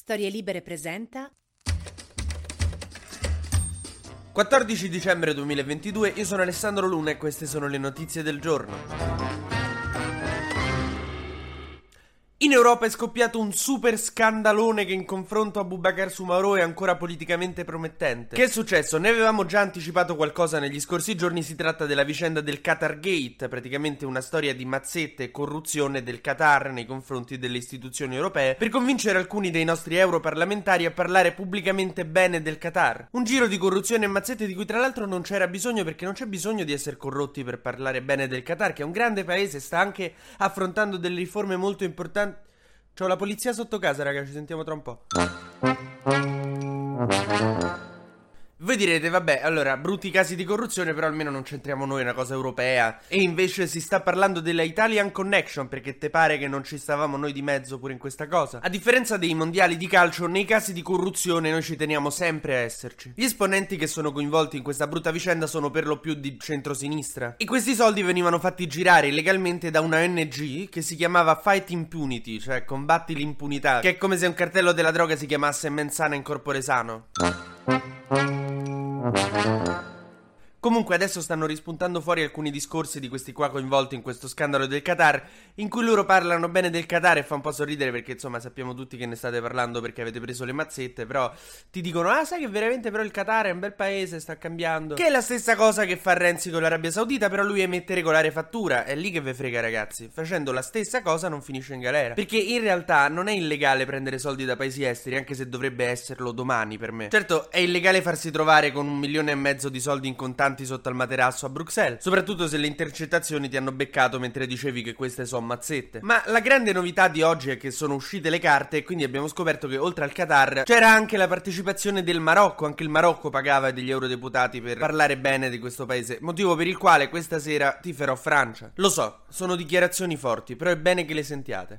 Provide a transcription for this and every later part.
Storie Libere presenta 14 dicembre 2022, io sono Alessandro Luna e queste sono le notizie del giorno. In Europa è scoppiato un super scandalone che in confronto a Boubacar Soumaoro è ancora politicamente promettente. Che è successo? Ne avevamo già anticipato qualcosa negli scorsi giorni, si tratta della vicenda del Qatar Gate, praticamente una storia di mazzette e corruzione del Qatar nei confronti delle istituzioni europee per convincere alcuni dei nostri europarlamentari a parlare pubblicamente bene del Qatar. Un giro di corruzione e mazzette di cui tra l'altro non c'era bisogno, perché non c'è bisogno di essere corrotti per parlare bene del Qatar, che è un grande paese, sta anche affrontando delle riforme molto importanti. C'ho la polizia sotto casa, raga, ci sentiamo tra un po'. Voi direte, vabbè, allora, brutti casi di corruzione, però almeno non c'entriamo noi, è una cosa europea. E invece si sta parlando della Italian Connection, perché te pare che non ci stavamo noi di mezzo pure in questa cosa? A differenza dei mondiali di calcio, nei casi di corruzione noi ci teniamo sempre a esserci. Gli esponenti che sono coinvolti in questa brutta vicenda sono per lo più di centrosinistra. E questi soldi venivano fatti girare illegalmente da una ONG che si chiamava Fight Impunity, cioè combatti l'impunità, che è come se un cartello della droga si chiamasse Mens Sana in corpore sano. Comunque adesso stanno rispuntando fuori alcuni discorsi di questi qua coinvolti in questo scandalo del Qatar, in cui loro parlano bene del Qatar e fa un po' sorridere perché insomma sappiamo tutti che ne state parlando perché avete preso le mazzette, però ti dicono sai che veramente però il Qatar è un bel paese, sta cambiando, che è la stessa cosa che fa Renzi con l'Arabia Saudita, però lui emette regolare fattura, è lì che ve frega ragazzi, facendo la stessa cosa non finisce in galera, perché in realtà non è illegale prendere soldi da paesi esteri, anche se dovrebbe esserlo domani per me. Certo è illegale farsi trovare con 1,5 milioni di soldi in contanti sotto al materasso a Bruxelles, soprattutto se le intercettazioni ti hanno beccato mentre dicevi che queste sono mazzette. Ma la grande novità di oggi è che sono uscite le carte e quindi abbiamo scoperto che oltre al Qatar c'era anche la partecipazione del Marocco, anche il Marocco pagava degli eurodeputati per parlare bene di questo paese, motivo per il quale questa sera tiferò Francia. Lo so, sono dichiarazioni forti, però è bene che le sentiate.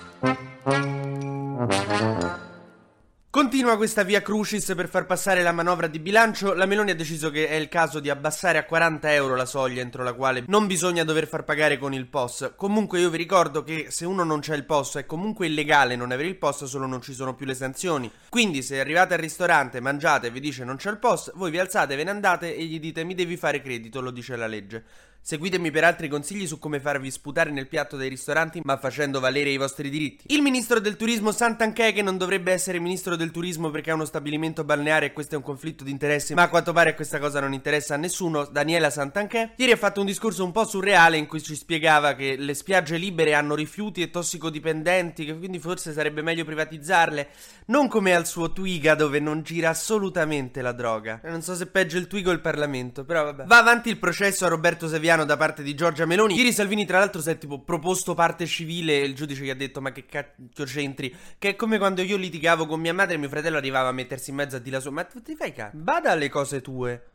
Continua questa via crucis per far passare la manovra di bilancio. La Meloni ha deciso che è il caso di abbassare a 40 euro la soglia entro la quale non bisogna dover far pagare con il POS. Comunque io vi ricordo che se uno non c'ha il POS è comunque illegale non avere il POS, solo non ci sono più le sanzioni. Quindi se arrivate al ristorante, mangiate e vi dice non c'è il POS, voi vi alzate, ve ne andate e gli dite mi devi fare credito, lo dice la legge. Seguitemi per altri consigli su come farvi sputare nel piatto dei ristoranti ma facendo valere i vostri diritti. Il ministro del turismo Santanchè, che non dovrebbe essere ministro del turismo perché ha uno stabilimento balneare e questo è un conflitto di interessi, ma a quanto pare questa cosa non interessa a nessuno, Daniela Santanchè, ieri ha fatto un discorso un po' surreale in cui ci spiegava che le spiagge libere hanno rifiuti e tossicodipendenti, che quindi forse sarebbe meglio privatizzarle, non come al suo Twiga dove non gira assolutamente la droga. Non so se peggio il Twiga o il Parlamento, però vabbè. Va avanti il processo a Roberto Saviano da parte di Giorgia Meloni. Ieri Salvini tra l'altro si è tipo proposto parte civile e il giudice gli ha detto ma che cacchio c'entri, che è come quando io litigavo con mia madre e mio fratello arrivava a mettersi in mezzo a dire la sua, ma ti fai cazzo, bada alle cose tue.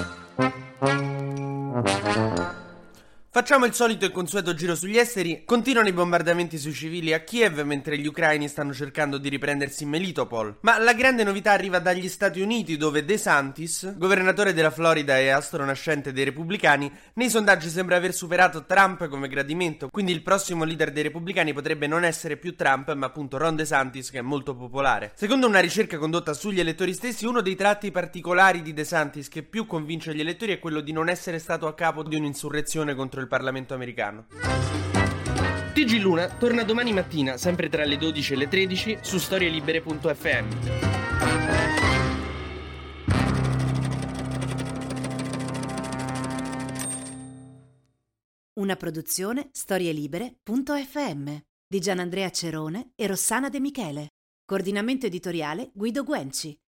Facciamo il solito e consueto giro sugli esteri. Continuano i bombardamenti sui civili a Kiev mentre gli ucraini stanno cercando di riprendersi Melitopol. Ma la grande novità arriva dagli Stati Uniti, dove DeSantis, governatore della Florida e astro nascente dei repubblicani, nei sondaggi sembra aver superato Trump come gradimento. Quindi il prossimo leader dei repubblicani potrebbe non essere più Trump, ma appunto Ron DeSantis, che è molto popolare. Secondo una ricerca condotta sugli elettori stessi, uno dei tratti particolari di DeSantis che più convince gli elettori è quello di non essere stato a capo di un'insurrezione contro il Parlamento americano. TG Luna torna domani mattina, sempre tra le 12 e le 13, su storielibere.fm. Una produzione storielibere.fm di Gianandrea Cerone e Rossana De Michele. Coordinamento editoriale Guido Guenci.